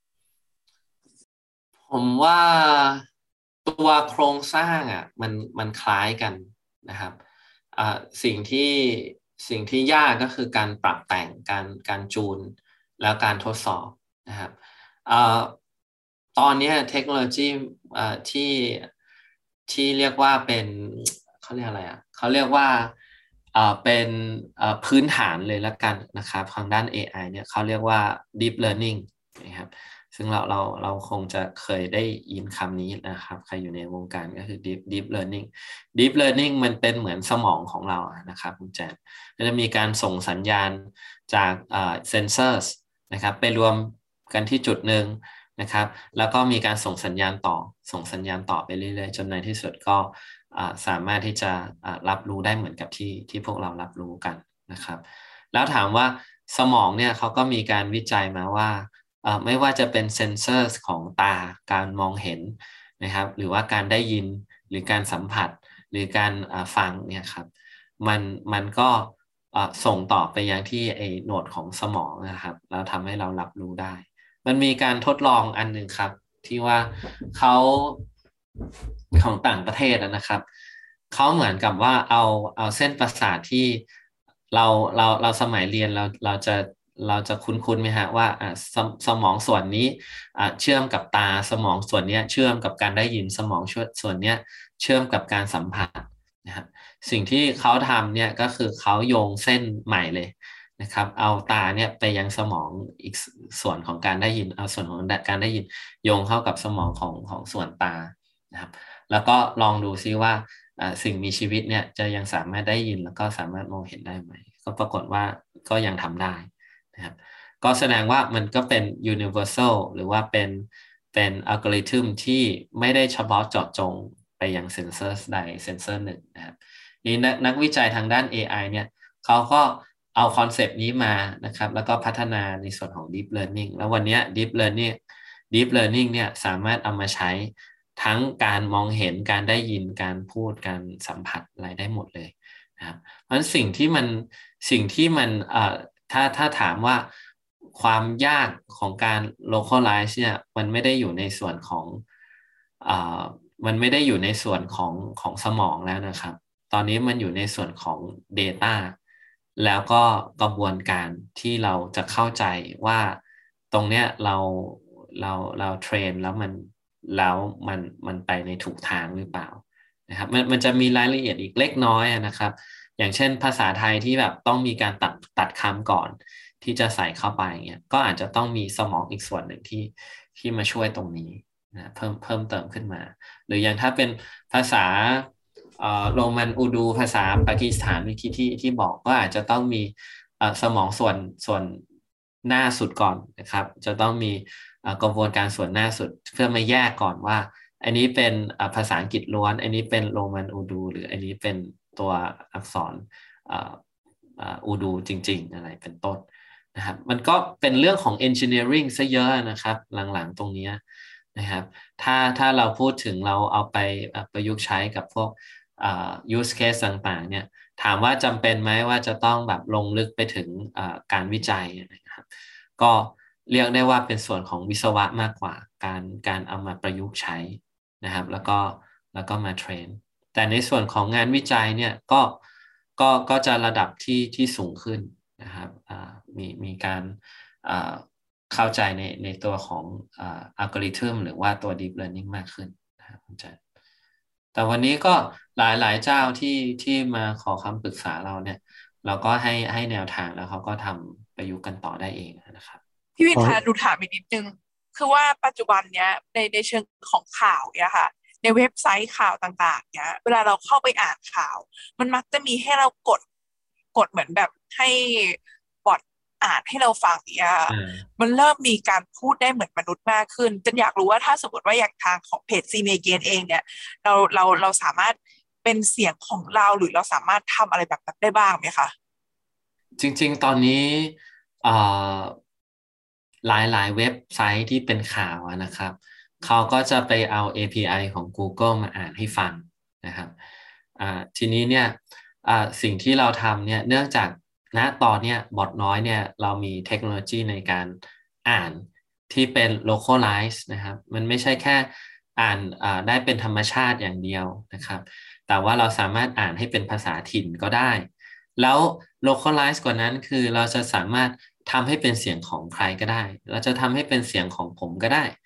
ผมว่าตัวโครงสร้างอ่ะมันมันคล้ายกันนะครับอ่าสิ่งที่สิ่งที่ยากก็คือการปรับแต่งการการจูนแล้วการทดสอบนะครับอ่าตอนนี้เทคโนโลยีอ่าที่ที่เรียกว่าเป็นเขาเรียกอะไรอ่ะเขาเรียกว่าอ่าเป็นอ่าพื้นฐานเลยละกันนะครับทางด้าน เอ ไอ เนี่ยเขาเรียกว่า deep learning นะครับซึ่งเราเราเราคงจะเคยได้ยินคำนี้นะครับใครอยู่ในวงการก็คือ deep deep learning deep learning มันเป็นเหมือนสมองของเรานะครับคุณแจนจะมีการส่งสัญญาณจากอ่า sensors นะครับไปรวมกันที่จุดหนึ่งนะครับแล้วก็มีการส่งสัญญาณต่อส่งสัญญาณต่อไปเรื่อยๆจนในที่สุดก็สามารถที่จะรับรู้ได้เหมือนกับที่ที่พวกเรารับรู้กันนะครับแล้วถามว่าสมองเนี่ยเขาก็มีการวิจัยมาว่าไม่ว่าจะเป็นเซนเซอร์ของตาการมองเห็นนะครับหรือว่าการได้ยินหรือการสัมผัสหรือการฟังเนี่ยครับมันมันก็ส่งต่อไปยังที่ไอ้โหนดของสมองนะครับแล้วทำให้เรารับรู้ได้มันมีการทดลองอันหนึ่งครับที่ว่าเขาของต่างประเทศนะครับเขาเหมือนกับว่าเอาเอาเส้นประสาทที่เราเราเราสมัยเรียนเราเราจะเราจะคุ้นๆไหมฮะว่าอ่าสสมองส่วนนี้อ่าเชื่อมกับตาสมองส่วนนี้เชื่อมกับการได้ยินสมองส่วนนี้เชื่อมกับการสัมผัสนะครับสิ่งที่เขาทำเนี่ยก็คือเขาโยงเส้นใหม่เลยนะครับเอาตาเนี่ยไปยังสมองอีกส่วนของการได้ยินเอาส่วนของการได้ยินโยงเข้ากับสมองของของส่วนตานะครับแล้วก็ลองดูซิว่าสิ่งมีชีวิตเนี่ยจะยังสามารถได้ยินแล้วก็สามารถมองเห็นได้ไหมก็ปรากฏว่าก็ยังทำได้นะครับก็แสดงว่ามันก็เป็น universal หรือว่าเป็นเป็นอัลกอริทึมที่ไม่ได้เฉพาะเจาะจงไปยังเซนเซอร์ใดเซนเซอร์หนึ่งนะครับนี่นักนักวิจัยทางด้าน เอ ไอ เนี่ยเขาก็เอาคอนเซปต์นี้มานะครับแล้วก็พัฒนาในส่วนของ deep learning แล้ววันนี้ deep learning deep learning เนี่ยสามารถเอามาใช้ทั้งการมองเห็นการได้ยินการพูดการสัมผัสอะไรได้หมดเลยนะครับเพราะฉะนั้นสิ่งที่มันสิ่งที่มันเอ่อถ้าถ้าถามว่าความยากของการ localize เนี่ยมันไม่ได้อยู่ในส่วนของเอ่อมันไม่ได้อยู่ในส่วนของของสมองแล้วนะครับตอนนี้มันอยู่ในส่วนของ data แล้วก็กระบวนการที่เราจะเข้าใจว่าตรงเนี้ยเราเราเราเทรนแล้วมันแล้วมันมันไปในถูกทางหรือเปล่านะครับมันมันจะมีรายละเอียดอีกเล็กน้อยนะครับอย่างเช่นภาษาไทยที่แบบต้องมีการตัดตัดคำก่อนที่จะใส่เข้าไปเงี้ยก็อาจจะต้องมีสมองอีกส่วนหนึ่งที่ที่มาช่วยตรงนี้นะเพิ่มเพิ่มเติมขึ้นมาหรืออย่างถ้าเป็นภาษาโรมันอูดูภาษาปากีสถานเมื่อกี้ที่ที่บอกก็อาจจะต้องมีสมองส่วนส่วนหน้าสุดก่อนนะครับจะต้องมีกระบวนการส่วนหน้าสุดเพื่อมาแยกก่อนว่าอันนี้เป็นภาษาอังกฤษล้วนอันนี้เป็นโรมันอูดูหรืออันนี้เป็นตัวอักษรอูดูจริงๆอะไรเป็นต้นนะครับมันก็เป็นเรื่องของ engineering ซะเยอะนะครับหลังๆตรงนี้นะครับถ้าถ้าเราพูดถึงเราเอาไปประยุกต์ใช้กับพวกuse case ต่างๆเนี่ยถามว่าจำเป็นไหมว่าจะต้องแบบลงลึกไปถึงการวิจัยนะครับก็เรียกได้ว่าเป็นส่วนของวิศวะมากกว่าการการเอามาประยุกต์ใช้นะครับแล้วก็แล้วก็มาเทรนแต่ในส่วนของงานวิจัยเนี่ยก็ก็ก็จะระดับที่ที่สูงขึ้นนะครับมีมีการเข้าใจในในตัวของอัลกอริทึมหรือว่าตัว deep learning มากขึ้นนะครับอาจารย์แต่วันนี้ก็หลายหลายเจ้าที่ที่มาขอคำปรึกษาเราเนี่ยเราก็ให้ให้แนวทางแล้วเขาก็ทำประยุกต์กันต่อได้เองนะครับพี่วินคะดูถามอีกนิดนึงคือว่าปัจจุบันเนี้ยในในเชิงของข่าวเนี่ยค่ะในเว็บไซต์ข่าวต่างๆเนี่ยเวลาเราเข้าไปอ่านข่าวมันมักจะมีให้เรากดกดเหมือนแบบให้บอทอ่านให้เราฟังเนี่ยมันเริ่มมีการพูดได้เหมือนมนุษย์มากขึ้นจันอยากรู้ว่าถ้าสมมติว่าอย่างทางของเพจซีเมเกนเองเนี่ยเราเราเราสามารถเป็นเสียงของเราหรือเราสามารถทำอะไรแบบนั้นได้บ้างไหมคะจริงๆตอนนี้หลายๆเว็บไซต์ที่เป็นข่าวนะครับเขาก็จะไปเอา เอ พี ไอ ของ Google มาอ่านให้ฟังนะครับทีนี้เนี่ยสิ่งที่เราทำเนี่ยเนื่องจากณตอนนี้บอทน้อยเนี่ยเรามีเทคโนโลยีในการอ่านที่เป็น localize นะครับมันไม่ใช่แค่อ่านได้เป็นธรรมชาติอย่างเดียวนะครับแต่ว่าเราสามารถอ่านให้เป็นภาษาถิ่นก็ได้แล้ว localize กว่านั้นคือเราจะสามารถทำให้เป็นเสียงของใครก็ได้เราจะทำให้เป็นเสียงของผมก็ได้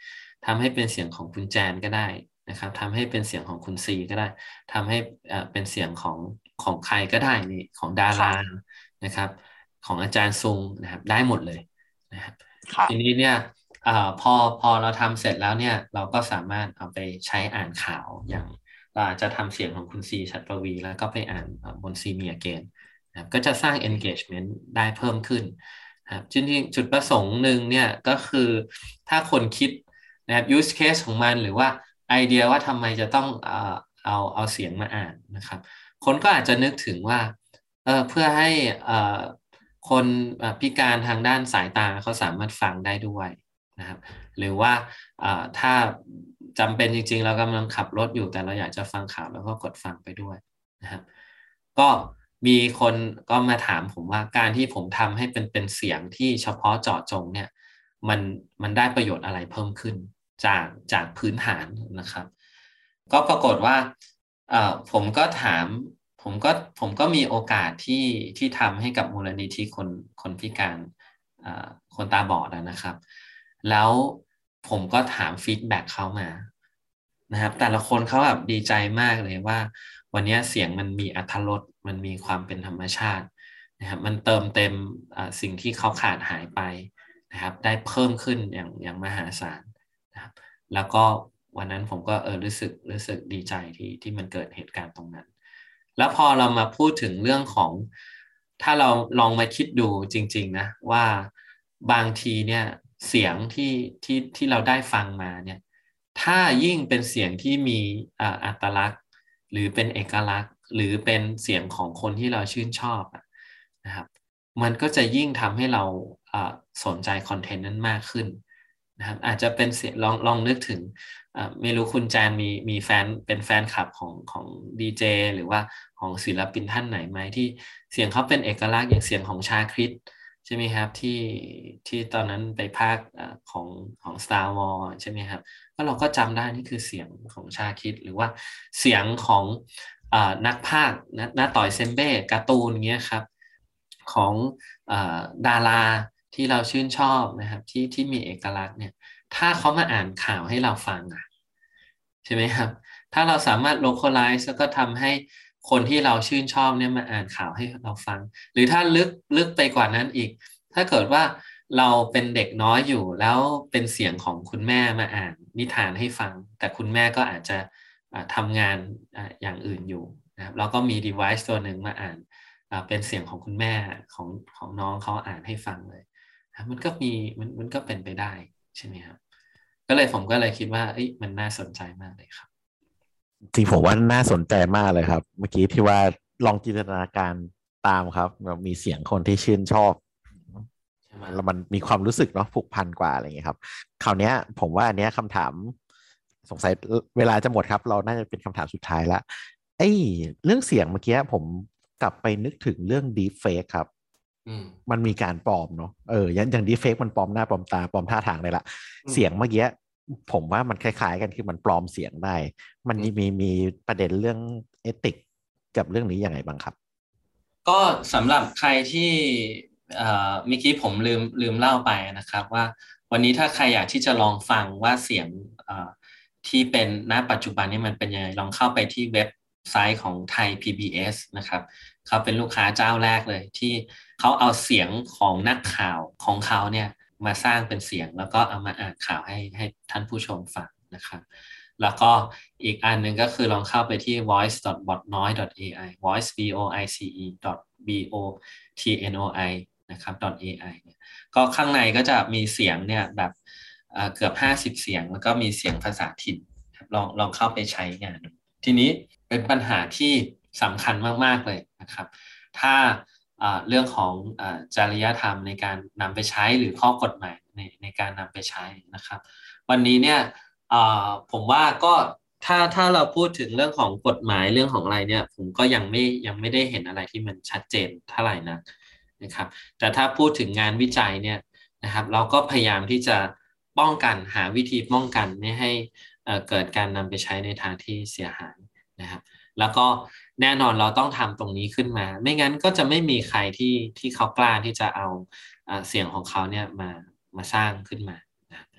ทำให้เป็นเสียงของคุณแจนก็ได้นะครับทำให้เป็นเสียงของคุณซีก็ได้ทำให้เป็นเสียงของของใครก็ได้นี่ของดารานะครับของอาจารย์ซุงนะครับได้หมดเลยนะครับทีนี้เนี่ยอพอพอเราทำเสร็จแล้วเนี่ยเราก็สามารถเอาไปใช้อ่านข่าวอย่างเราอาจจะทำเสียงของคุณซีชัดประวีแล้วก็ไปอ่านบนซีเมียเกนนะครับก็จะสร้าง engagement ได้เพิ่มขึ้นนะครับจริงๆจุดประสงค์หนึ่งเนี่ยก็คือถ้าคนคิดนะครับ use case ของมันหรือว่าไอเดียว่าทำไมจะต้องเอาเอาเอาเสียงมาอ่านนะครับคนก็อาจจะนึกถึงว่าเออเพื่อให้อ่าคนพิการทางด้านสายตาเขาสามารถฟังได้ด้วยนะครับหรือว่าถ้าจำเป็นจริงๆเรากำลังขับรถอยู่แต่เราอยากจะฟังข่าวแล้วก็กดฟังไปด้วยนะครับก็มีคนก็มาถามผมว่าการที่ผมทำให้เป็นเป็นเสียงที่เฉพาะเจาะจงเนี่ยมันมันได้ประโยชน์อะไรเพิ่มขึ้นจากจากพื้นฐานนะครับก็ปรากฏว่าผมก็ถามผมก็ผมก็มีโอกาสที่ที่ทำให้กับมูลนิธิคนคนพิการคนตาบอดนะครับแล้วผมก็ถามฟีดแบ็กเขามานะครับแต่ละคนเขาแบบดีใจมากเลยว่าวันนี้เสียงมันมีอรรถรสมันมีความเป็นธรรมชาตินะครับมันเติมเต็มสิ่งที่เขาขาดหายไปนะครับได้เพิ่มขึ้นอย่างอย่างมหาศาลนะครับแล้วก็วันนั้นผมก็เออรู้สึกรู้สึกดีใจที่ที่มันเกิดเหตุการณ์ตรงนั้นแล้วพอเรามาพูดถึงเรื่องของถ้าเราลองมาคิดดูจริงๆนะว่าบางทีเนี่ยเสียงที่ที่ที่เราได้ฟังมาเนี่ยถ้ายิ่งเป็นเสียงที่มีอัตลักษณ์หรือเป็นเอกลักษณ์หรือเป็นเสียงของคนที่เราชื่นชอบนะครับมันก็จะยิ่งทำให้เราสนใจคอนเทนต์นั้นมากขึ้นนะครับอาจจะเป็นเสียงลองลองนึกถึงไม่รู้คุณแจนมีมีแฟนเป็นแฟนคลับของของดีเจหรือว่าของศิลปินท่านไหนไหมที่เสียงเขาเป็นเอกลักษณ์อย่างเสียงของชาคริสใช่ไหมครับที่ที่ตอนนั้นไปภาคของของ Star Wars ใช่ไหมครับก็เราก็จำได้นี่คือเสียงของชาคริสหรือว่าเสียงของนักพากย์น้าต่อยเซมเบ้การ์ตูนเงี้ยครับของดาราที่เราชื่นชอบนะครับที่ที่มีเอกลักษณ์เนี่ยถ้าเขามาอ่านข่าวให้เราฟังอ่ะใช่ไหมครับถ้าเราสามารถ localize แล้วก็ทำให้คนที่เราชื่นชอบเนี่ยมาอ่านข่าวให้เราฟังหรือถ้าลึกลึกไปกว่านั้นอีกถ้าเกิดว่าเราเป็นเด็กน้อยอยู่แล้วเป็นเสียงของคุณแม่มาอ่านนิทานให้ฟังแต่คุณแม่ก็อาจจะทำงานอย่างอื่นอยู่นะครับแล้วก็มี device ตัวหนึ่งมาอ่านเป็นเสียงของคุณแม่ของของน้องเขาอ่านให้ฟังเลยมันก็มีมันมันก็เป็นไปได้ใช่ไหมครับก็เลยผมก็เลยคิดว่าเอ้ยมันน่าสนใจมากเลยครับจริงผมว่าน่าสนใจมากเลยครับเมื่อกี้ที่ว่าลองจินตนาการตามครับแบบมีเสียงคนที่ชื่นชอบแล้วมันมีความรู้สึกเนาะผูกพันกว่าอะไรอย่างเงี้ยครับคราวนี้ผมว่าอันเนี้ยคำถามสงสัยเวลาจะหมดครับเราน่าจะเป็นคำถามสุดท้ายละไอ้เรื่องเสียงเมื่อกี้ผมกลับไปนึกถึงเรื่อง deepfake ครับมันมีการปลอมเนาะเอออย่างอย่าง deepfake มันปลอมหน้าปลอมตาปลอมท่าทางได้ละเสียงเมื่อกี้ผมว่ามันคล้ายๆกันคือมันปลอมเสียงได้มันมีมีมีประเด็นเรื่องเอติกกับเรื่องนี้ยังไงบ้างครับก็สำหรับใครที่เอ่อเมื่อกี้ผมลืมลืมเล่าไปนะครับว่าวันนี้ถ้าใครอยากที่จะลองฟังว่าเสียงเอ่อที่เป็นณปัจจุบันนี้มันเป็นยังไงลองเข้าไปที่เว็บไซต์ของไทย พี บี เอส นะครับเขาเป็นลูกค้าเจ้าแรกเลยที่เขาเอาเสียงของนักข่าวของเขาเนี่ยมาสร้างเป็นเสียงแล้วก็เอามาอ่านข่าวให้ให้ท่านผู้ชมฟังนะครับแล้วก็อีกอันหนึ่งก็คือลองเข้าไปที่ voice dot botnoy dot a i voice v o i c e dot b o t n o i นะครับ .ai เนี่ยก็ข้างในก็จะมีเสียงเนี่ยแบบเกือบห้าสิบเสียงแล้วก็มีเสียงภาษาถิ่นลองลองเข้าไปใช้งานทีนี้เป็นปัญหาที่สำคัญมากๆเลยนะครับถ้าเรื่องของจริยธรรมในการนำไปใช้หรือข้อกฎหมายในในการนำไปใช้นะครับวันนี้เนี่ยผมว่าก็ถ้าถ้าเราพูดถึงเรื่องของกฎหมายเรื่องของอะไรเนี่ยผมก็ยังไม่ยังไม่ได้เห็นอะไรที่มันชัดเจนเท่าไหร่นักนะครับแต่ถ้าพูดถึงงานวิจัยเนี่ยนะครับเราก็พยายามที่จะป้องกันหาวิธีป้องกันไม่ให้เกิดการนำไปใช้ในทางที่เสียหายนะครับแล้วก็แน่นอนเราต้องทำตรงนี้ขึ้นมาไม่งั้นก็จะไม่มีใครที่ที่เขากล้าที่จะเอาเสียงของเขาเนี่ยมามาสร้างขึ้นมานะ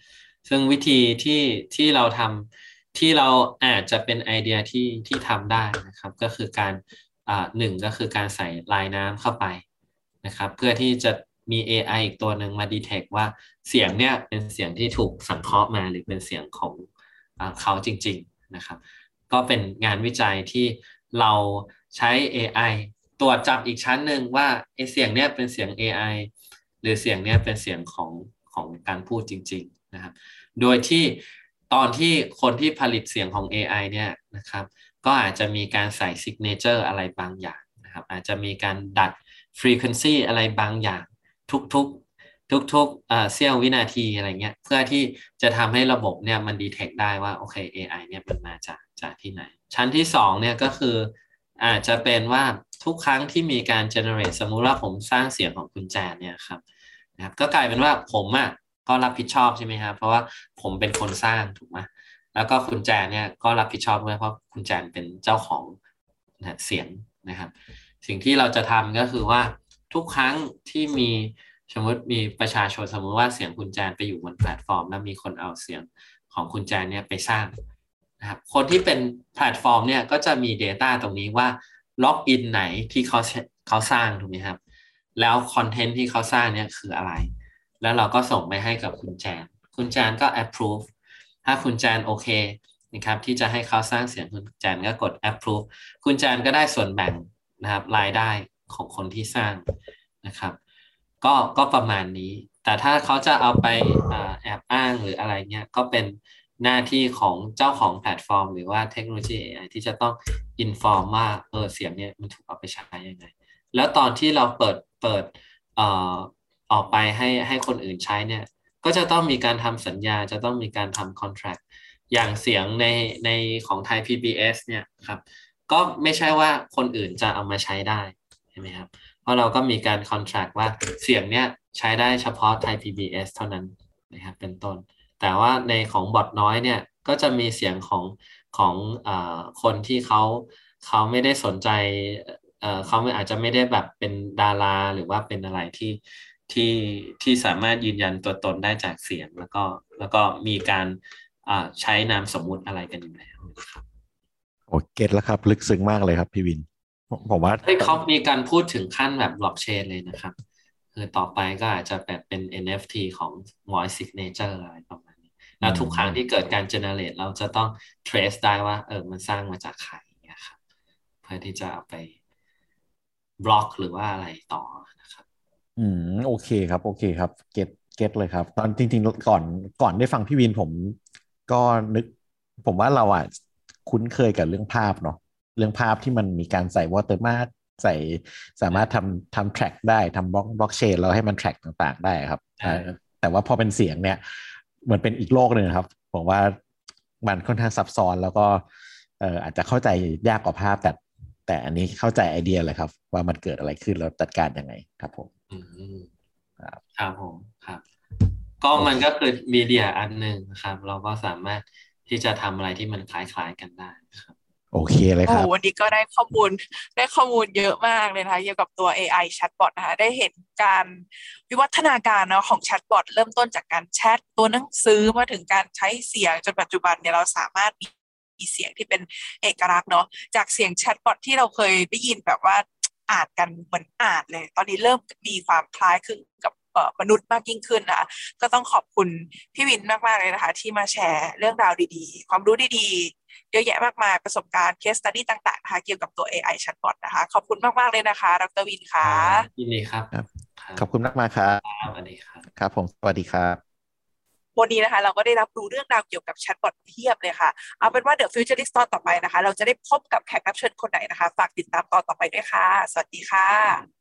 ซึ่งวิธีที่ที่เราทำที่เราอาจจะเป็นไอเดียที่ที่ทำได้นะครับก็คือการอ่าหนึ่งก็คือการใส่ลายน้ำเข้าไปนะครับเพื่อที่จะมี เอ ไอ อีกตัวหนึ่งมา detect ว่าเสียงเนี่ยเป็นเสียงที่ถูกสังเคราะห์มาหรือเป็นเสียงของอ่าเขาจริงๆนะครับก็เป็นงานวิจัยที่เราใช้ เอ ไอ ตรวจจับอีกชั้นหนึ่งว่าไอเสียงเนี่ยเป็นเสียง เอ ไอ หรือเสียงเนี่ยเป็นเสียงของของการพูดจริงๆนะครับโดยที่ตอนที่คนที่ผลิตเสียงของ เอ ไอ เนี่ยนะครับก็อาจจะมีการใส่ signature อะไรบางอย่างนะครับอาจจะมีการดัด frequency อะไรบางอย่างทุกๆทุกๆเอ่อเสี้ยววินาทีอะไรเงี้ยเพื่อที่จะทำให้ระบบเนี่ยมัน detect ได้ว่าโอเค เอ ไอ เนี่ยมันมาจากจากที่ไหนชั้นที่สองเนี่ยก็คืออาจจะเป็นว่าทุกครั้งที่มีการ generate สมมุติว่าผมสร้างเสียงของคุณแจนเนี่ยครับนะครับก็กลายเป็นว่าผมอ่ะก็รับผิดชอบใช่ไหมครับเพราะว่าผมเป็นคนสร้างถูกไหมแล้วก็คุณแจนเนี่ยก็รับผิดชอบด้วยเพราะคุณแจนเป็นเจ้าของนะเสียงนะครับสิ่งที่เราจะทำก็คือว่าทุกครั้งที่มีสมมติมีประชาชนสมมติว่าเสียงคุณแจนไปอยู่บนแพลตฟอร์มแล้วมีคนเอาเสียงของคุณแจนเนี่ยไปสร้างนะครับคนที่เป็นแพลตฟอร์มเนี่ยก็จะมี data ตรงนี้ว่าล็อกอินไหนที่เขาเขาสร้างถูกไหมครับแล้วคอนเทนต์ที่เขาสร้างเนี่ยคืออะไรแล้วเราก็ส่งไปให้กับคุณแจนคุณแจนก็ approve ถ้าคุณแจนโอเคนะครับที่จะให้เขาสร้างเสียงคุณแจนก็กด approve คุณแจนก็ได้ส่วนแบ่งนะครับรายได้ของคนที่สร้างนะครับก็ก็ประมาณนี้แต่ถ้าเขาจะเอาไปแอบอ้างหรืออะไรเงี้ยก็เป็นหน้าที่ของเจ้าของแพลตฟอร์มหรือว่าเทคโนโลยี เอ ไอ ที่จะต้องอินฟอร์มว่าเออเสียงเนี่ยมันถูกเอาไปใช้ยังไงแล้วตอนที่เราเปิดเปิดเอ่อออกไปให้ให้คนอื่นใช้เนี่ยก็จะต้องมีการทำสัญญาจะต้องมีการทำ contract อย่างเสียงในในของไทย พี บี เอส เนี่ยครับก็ไม่ใช่ว่าคนอื่นจะเอามาใช้ได้ใช่ไหมครับเพราะเราก็มีการ contract ว่าเสียงเนี้ยใช้ได้เฉพาะไทย พี บี เอส เท่านั้นนะครับเป็นต้นแต่ว่าในของบอทน้อยเนี่ยก็จะมีเสียงของของเอ่อคนที่เขาเขาไม่ได้สนใจเอ่อเขาอาจจะไม่ได้แบบเป็นดาราหรือว่าเป็นอะไรที่ที่ที่สามารถยืนยันตัวตนได้จากเสียงแล้วก็แล้วก็มีการใช้นามสมมุติอะไรกันอยู่แล้วครับโอเก็ตแล้วครับลึกซึ้งมากเลยครับพี่วินผมว่าเฮ้ยเขามีการพูดถึงขั้นแบบบล็อกเชนเลยนะครับคือต่อไปก็อาจจะแบบเป็น เอ็น เอฟ ที ของ voice signature อะไรประมาณนี้แล้วทุกครั้งที่เกิดการ generate เราจะต้อง trace ได้ว่าเออมันสร้างมาจากใครเนี่ยครับเพื่อที่จะเอาไปบล็อกหรือว่าอะไรต่อนะครับอืมโอเคครับโอเคครับเก็ตเก็ตเลยครับตอนจริงๆก่อนก่อนได้ฟังพี่วินผมก็นึกผมว่าเราอ่ะคุ้นเคยกับเรื่องภาพเนาะเรื่องภาพที่มันมีการใส่วอเตอร์มาร์กใส่สามารถทำทำแทร็กได้ทำบล็อกบล็อกเชนแล้วให้มันแทร็กต่างๆได้ครับแต่ว่าพอเป็นเสียงเนี่ยเหมือนเป็นอีกโลกหนึ่งครับผมว่ามันค่อนข้างซับซ้อนแล้วก็เอ่ออาจจะเข้าใจยากกว่าภาพแต่แต่อันนี้เข้าใจไอเดียเลยครับว่ามันเกิดอะไรขึ้นแล้วจัดการยังไงครับผมอืมครับครับผมครับก็มันก็คือมีเดียอันหนึ่งครับเราก็สามารถที่จะทำอะไรที่มันคล้ายๆกันได้ครับโอเคเลยครับโอ้วันนี้ก็ได้ข้อมูลได้ข้อมูลเยอะมากเลยนะคะเกี่ยวกับตัว เอ ไอ Chatbot นะคะได้เห็นการวิวัฒนาการเนาะของ Chatbot เริ่มต้นจากการแชทตัวหนังสือมาถึงการใช้เสียงจนปัจจุบันเนี่ยเราสามารถมีมีเสียงที่เป็นเอกลักษณ์เนาะจากเสียง Chatbot ที่เราเคยได้ยินแบบว่าอ่านกันเหมือนอ่านเลยตอนนี้เริ่มมีความคล้ายคลึงกับมนุษย์มากยิ่งขึ้นนะคะก็ต้องขอบคุณพี่วินมากๆเลยนะคะที่มาแชร์เรื่องราวดีๆความรู้ดีๆเยอะแยะมากมายประสบการณ์ case study ต่างๆนะคะเกี่ยวกับตัว เอ ไอ Chatbot นะคะขอบคุณมากๆเลยนะคะดร.วินค่ะยินดีครับขอบคุณมากมากครับสวัสดีครับครับผมสวัสดีครับวันนี้นะคะเราก็ได้รับรู้เรื่องราวเกี่ยวกับแชทบอทเพียบเลยค่ะเอาเป็นว่าเดี๋ยว Futurist ตอนต่อไปนะคะเราจะได้พบกับแขกรับเชิญคนไหนนะคะฝากติดตามตอนต่อไปด้วยค่ะสวัสดีค่ะ